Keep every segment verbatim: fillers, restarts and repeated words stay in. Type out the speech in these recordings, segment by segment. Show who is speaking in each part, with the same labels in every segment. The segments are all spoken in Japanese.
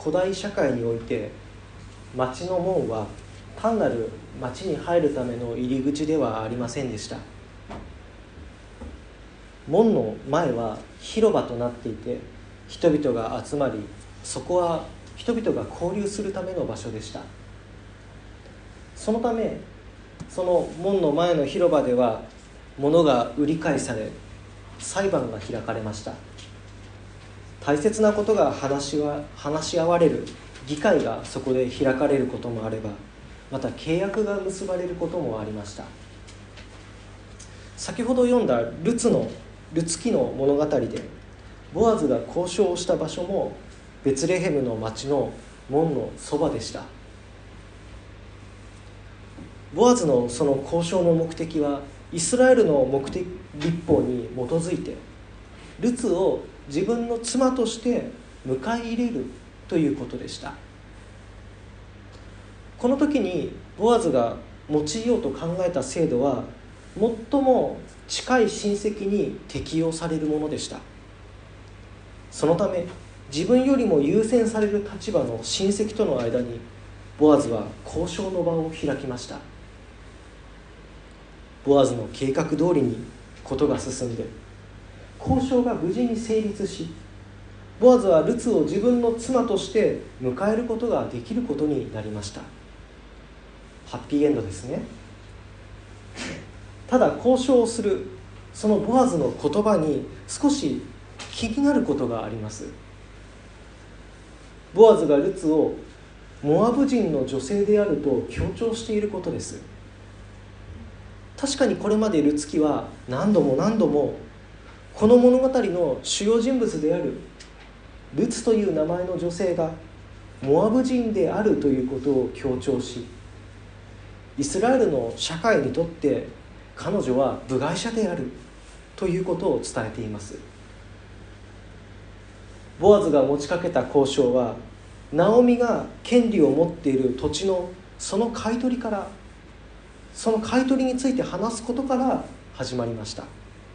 Speaker 1: 古代社会において町の門は単なる町に入るための入り口ではありませんでした。門の前は広場となっていて、人々が集まり、そこは人々が交流するための場所でした。そのため、その門の前の広場では物が売り買いされ、裁判が開かれました。大切なことが話しは話し合われる議会がそこで開かれることもあれば、また契約が結ばれることもありました。先ほど読んだルツのルツ記の物語で、ボアズが交渉をした場所もベツレヘムの町の門のそばでした。ボアズのその交渉の目的は、イスラエルの目的立法に基づいてルツを自分の妻として迎え入れるということでした。この時にボアズが用いようと考えた制度は、最も近い親戚に適用されるものでした。そのため、自分よりも優先される立場の親戚との間に、ボアズは交渉の場を開きました。ボアズの計画通りにことが進んで、交渉が無事に成立し、ボアズはルツを自分の妻として迎えることができることになりました。ハッピーエンドですね。ただ、交渉をするそのボアズの言葉に少し気になることがあります。ボアズがルツをモアブ人の女性であると強調していることです。確かにこれまでルツ記は何度も何度もこの物語の主要人物であるルツという名前の女性がモアブ人であるということを強調し、イスラエルの社会にとって彼女は部外者であるということを伝えています。ボアズが持ちかけた交渉は、ナオミが権利を持っている土地のその買い取りからその買い取りについて話すことから始まりました。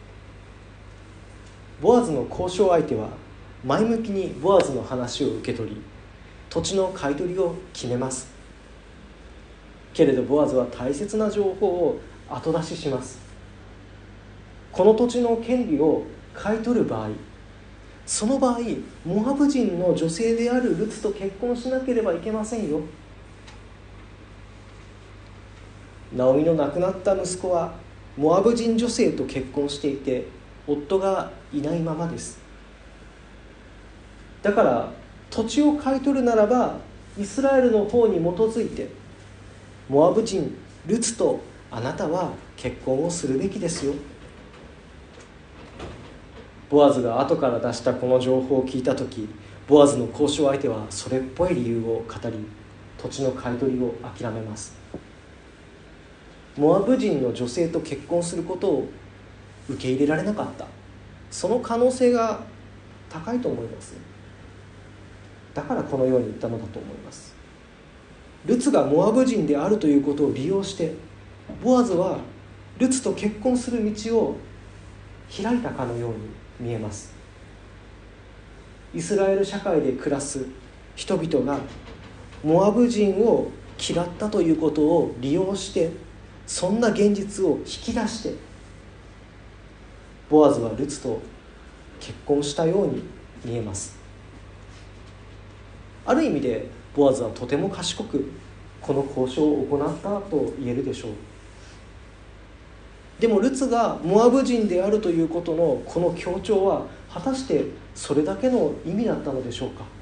Speaker 1: ボアズの交渉相手は前向きにボアズの話を受け取り、土地の買い取りを決めます。けれどボアズは大切な情報を後出しします。この土地の権利を買い取る場合、その場合モアブ人の女性であるルツと結婚しなければいけませんよ。ナオミの亡くなった息子はモアブ人女性と結婚していて、夫がいないままです。だから土地を買い取るならば、イスラエルの方に基づいてモアブ人ルツとあなたは結婚をするべきですよ。ボアズが後から出したこの情報を聞いたとき、ボアズの交渉相手はそれっぽい理由を語り、土地の買い取りを諦めます。モアブ人の女性と結婚することを受け入れられなかった、その可能性が高いと思います。だからこのように言ったのだと思います。ルツがモアブ人であるということを利用して、ボアズはルツと結婚する道を開いたかのように見えます。イスラエル社会で暮らす人々がモアブ人を嫌ったということを利用して、そんな現実を引き出して、ボアズはルツと結婚したように見えます。ある意味でボアズはとても賢くこの交渉を行ったと言えるでしょう。でもルツがモアブ人であるということのこの強調は、果たしてそれだけの意味だったのでしょうか。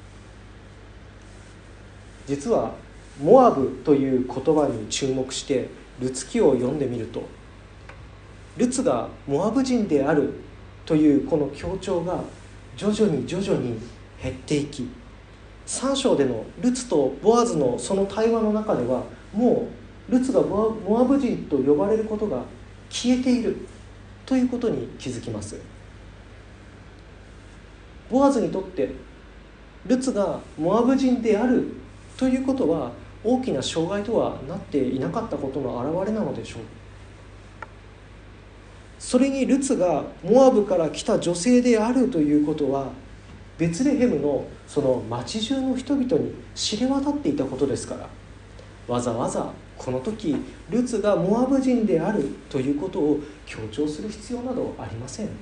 Speaker 1: 実はモアブという言葉に注目してルツ記を読んでみると、ルツがモアブ人であるというこの強調が徐々に徐々に減っていき、さん章でのルツとボアズのその対話の中では、もうルツがモアブ人と呼ばれることが消えているということに気づきます。ボアズにとってルツがモアブ人であるということは大きな障害とはなっていなかったことの表れなのでしょう。それにルツがモアブから来た女性であるということは、 ベツレヘムのその町中の人々に知れ渡っていたことですから、わざわざこの時ルツがモアブ人であるということを強調する必要などありません。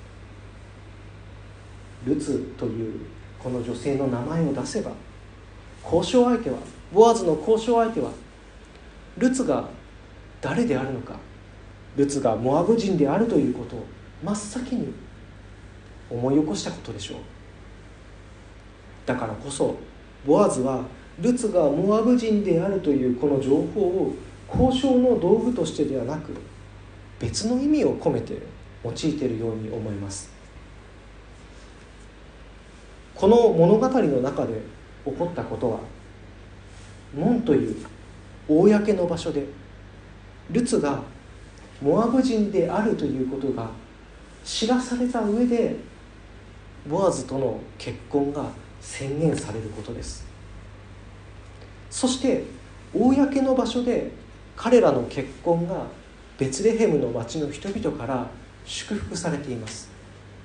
Speaker 1: ルツというこの女性の名前を出せば、交渉相手はボアズの交渉相手はルツが誰であるのか、ルツがモアブ人であるということを真っ先に思い起こしたことでしょう。だからこそボアズはルツがモアブ人であるというこの情報を交渉の道具としてではなく、別の意味を込めて用いているように思います。この物語の中で起こったことは、門という公の場所でルツがモアブ人であるということが知らされた上で、ボアズとの結婚が宣言されることです。そして公の場所で彼らの結婚がベツレヘムの町の人々から祝福されています。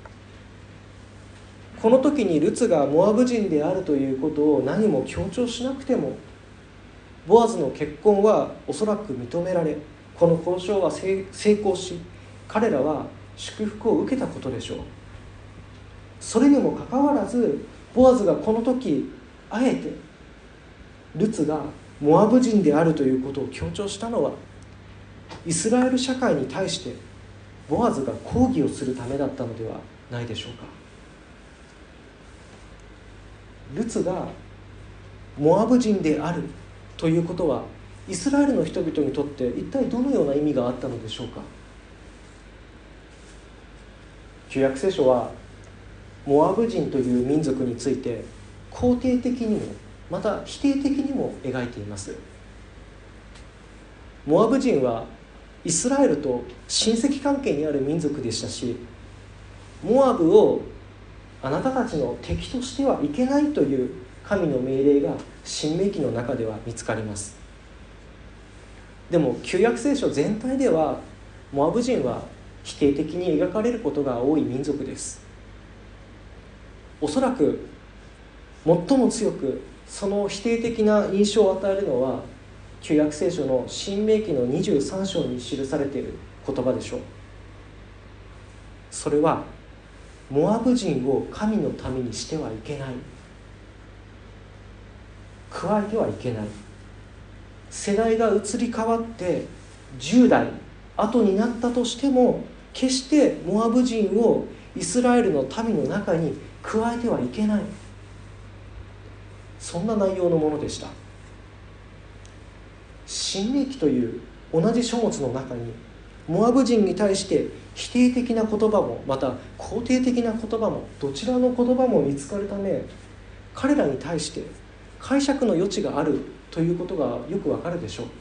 Speaker 1: この時にルツがモアブ人であるということを何も強調しなくても、ボアズの結婚はおそらく認められ、この交渉は成功し、彼らは祝福を受けたことでしょう。それにもかかわらず、ボアズがこの時あえてルツがモアブ人であるということを強調したのは、イスラエル社会に対してボアズが抗議をするためだったのではないでしょうか。ルツがモアブ人であるということは、イスラエルの人々にとって一体どのような意味があったのでしょうか。旧約聖書はモアブ人という民族について肯定的にもまた否定的にも描いています。モアブ人はイスラエルと親戚関係にある民族でしたし、モアブをあなたたちの敵としてはいけないという神の命令が申命記の中では見つかります。でも旧約聖書全体ではモアブ人は否定的に描かれることが多い民族です。おそらく最も強くその否定的な印象を与えるのは、旧約聖書の申命記のにじゅうさん章に記されている言葉でしょう。それは、モアブ人を神の民にしてはいけない、加えてはいけない、世代が移り変わってじゅう代後になったとしても、決してモアブ人をイスラエルの民の中に加えてはいけない、そんな内容のものでした。申命記という同じ書物の中に、モアブ人に対して否定的な言葉もまた肯定的な言葉も、どちらの言葉も見つかるため、彼らに対して解釈の余地があるということがよくわかるでしょ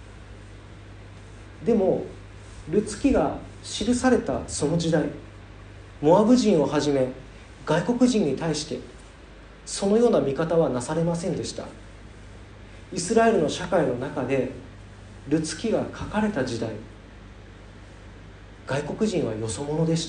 Speaker 1: う。でもルツ記が記されたその時代、モアブ人をはじめ外国人に対してそのような見方はなされませんでした。イスラエルの社会の中でルツ記が書かれた時代、外国人はよそ者でした。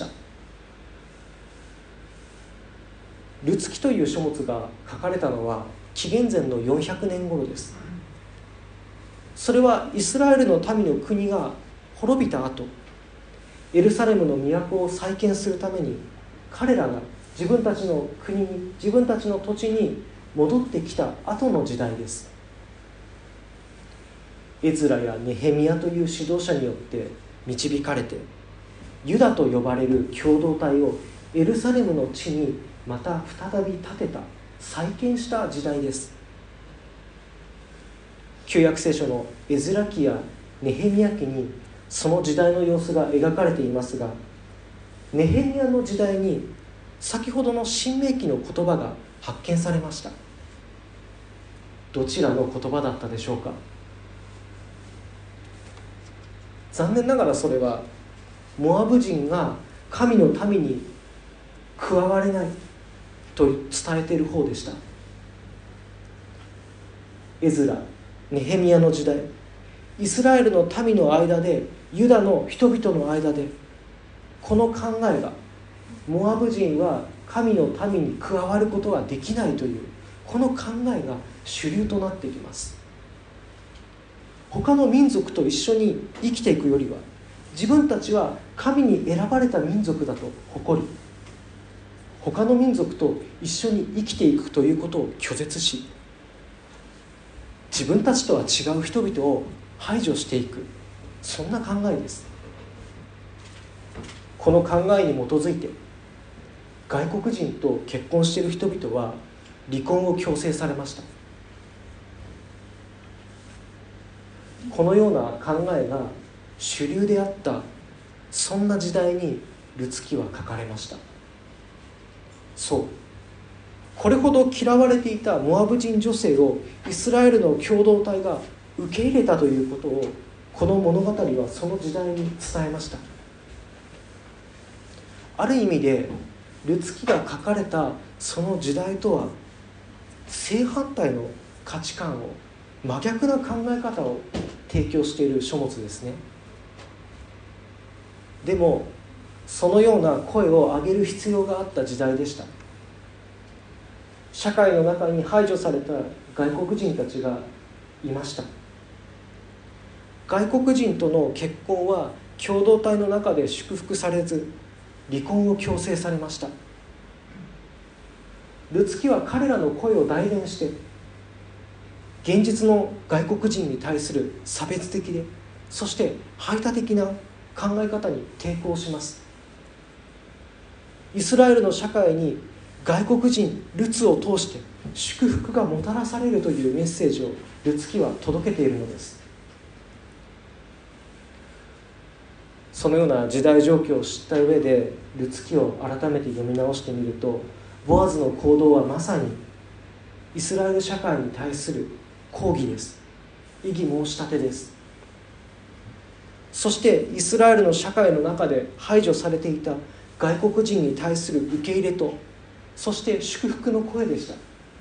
Speaker 1: ルツ記という書物が書かれたのは紀元前のよんひゃくねん頃です。それはイスラエルの民の国が滅びた後、エルサレムの都を再建するために彼らが自分たちの国に、自分たちの土地に戻ってきた後の時代です。エズラやネヘミヤという指導者によって導かれて、ユダと呼ばれる共同体をエルサレムの地にまた再び建てた、再建した時代です。旧約聖書のエズラ記やネヘミヤ記にその時代の様子が描かれていますが、ネヘミヤの時代に先ほどの申命記の言葉が発見されました。どちらの言葉だったでしょうか。残念ながらそれはモアブ人が神の民に加われないと伝えている方でした。エズラ、ネヘミヤの時代、イスラエルの民の間で、ユダの人々の間で、この考えが、モアブ人は神の民に加わることはできないというこの考えが主流となってきます。他の民族と一緒に生きていくよりは、自分たちは神に選ばれた民族だと誇り、他の民族と一緒に生きていくということを拒絶し、自分たちとは違う人々を排除していく、そんな考えです。この考えに基づいて外国人と結婚している人々は離婚を強制されました。このような考えが主流であった、そんな時代にルツ記は書かれました。そう、これほど嫌われていたモアブ人女性をイスラエルの共同体が受け入れたということを、この物語はその時代に伝えました。ある意味でルツ記が書かれたその時代とは正反対の価値観を、真逆な考え方を提供している書物ですね。でもそのような声を上げる必要があった時代でした。社会の中に排除された外国人たちがいました。外国人との結婚は共同体の中で祝福されず、離婚を強制されました。ルツ記は彼らの声を代弁して、現実の外国人に対する差別的で、そして排他的な考え方に抵抗します。イスラエルの社会に外国人ルツを通して祝福がもたらされるというメッセージをルツ記は届けているのです。そのような時代状況を知った上でルツ記を改めて読み直してみると、ボアズの行動はまさにイスラエル社会に対する抗議です。異議申し立てです。そしてイスラエルの社会の中で排除されていた外国人に対する受け入れと、そして祝福の声でした。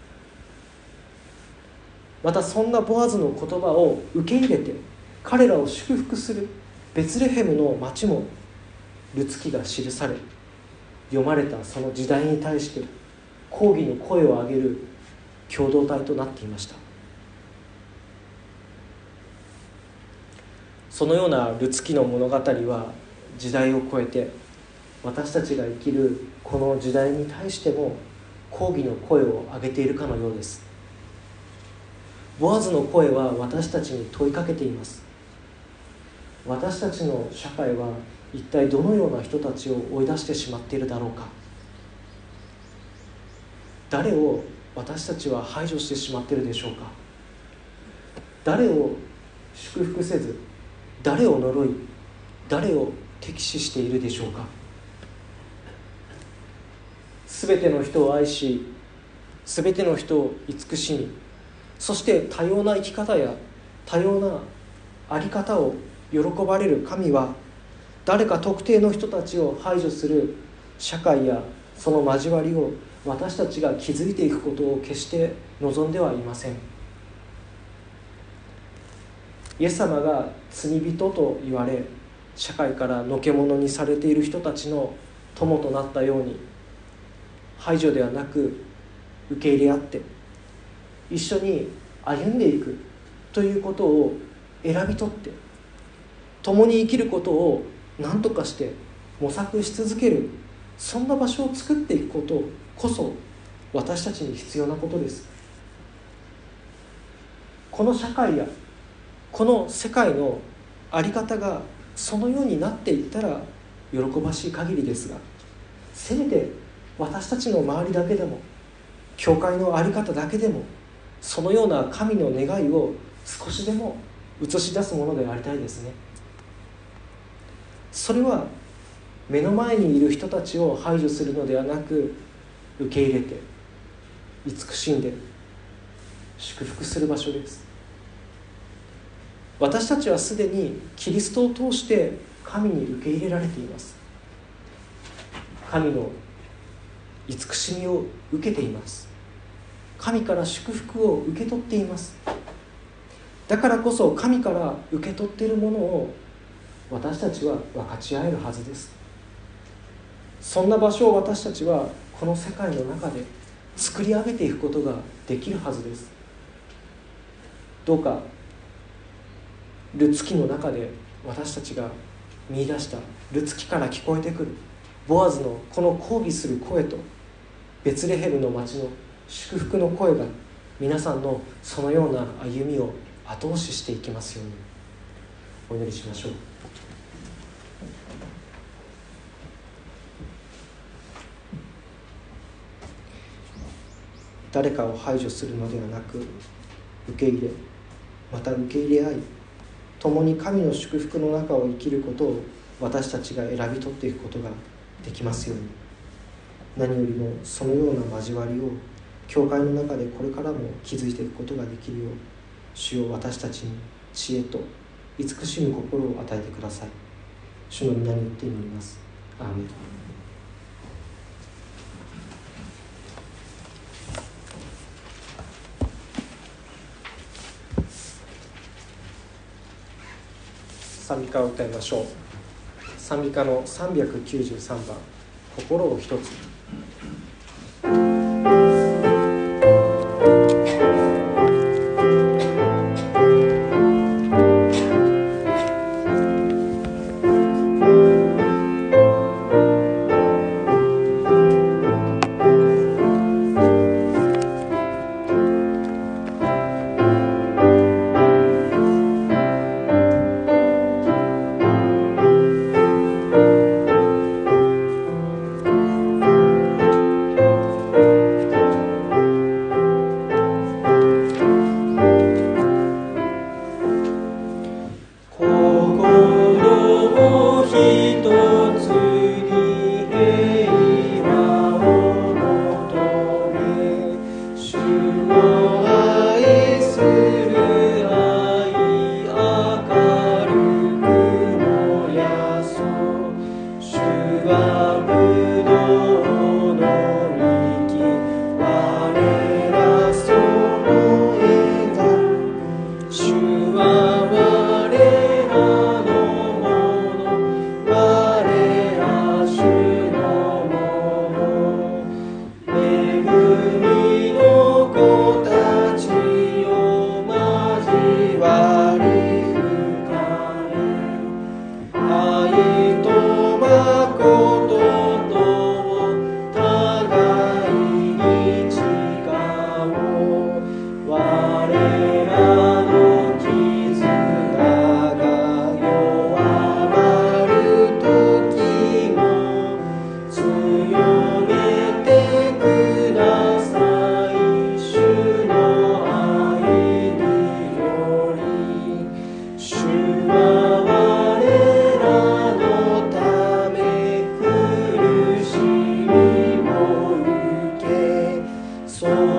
Speaker 1: またそんなボアズの言葉を受け入れて彼らを祝福するベツレヘムの町もルツ記が記され、読まれたその時代に対して抗議の声を上げる共同体となっていました。そのようなルツ記の物語は時代を超えて、私たちが生きるこの時代に対しても抗議の声を上げているかのようです。ボアズの声は私たちに問いかけています。私たちの社会は一体どのような人たちを追い出してしまっているだろうか。誰を私たちは排除してしまっているでしょうか。誰を祝福せず、誰を呪い、誰を敵視しているでしょうか。すべての人を愛し、すべての人を慈しみ、そして多様な生き方や多様なあり方を喜ばれる神は、誰か特定の人たちを排除する社会やその交わりを私たちが築いていくことを決して望んではいません。イエス様が罪人と言われ、社会からのけ者にされている人たちの友となったように、排除ではなく受け入れ合って一緒に歩んでいくということを選び取って、共に生きることを何とかして模索し続ける、そんな場所を作っていくことこそ私たちに必要なことです。この社会やこの世界の在り方がそのようになっていったら喜ばしい限りですが、せめて私たちの周りだけでも、教会の在り方だけでも、そのような神の願いを少しでも映し出すものでありたいですね。それは目の前にいる人たちを排除するのではなく、受け入れて慈しんで祝福する場所です。私たちはすでにキリストを通して神に受け入れられています。神の慈しみを受けています。神から祝福を受け取っています。だからこそ神から受け取っているものを私たちは分かち合えるはずです。そんな場所を私たちはこの世界の中で作り上げていくことができるはずです。どうかルツ記の中で私たちが見出したルツ記から聞こえてくるボアズのこの抗議する声とベツレヘムの町の祝福の声が皆さんのそのような歩みを後押ししていきますように。お祈りしましょう。誰かを排除するのではなく、受け入れまた受け入れ合い、共に神の祝福の中を生きることを私たちが選び取っていくことができますように。何よりもそのような交わりを教会の中でこれからも築いていくことができるよう、主よ、私たちに知恵と慈しむ心を与えてください。主の皆によって祈ります。アーメン。賛美歌を歌いましょう。賛美歌のさんびゃくきゅうじゅうさんばん、心を一つ。そう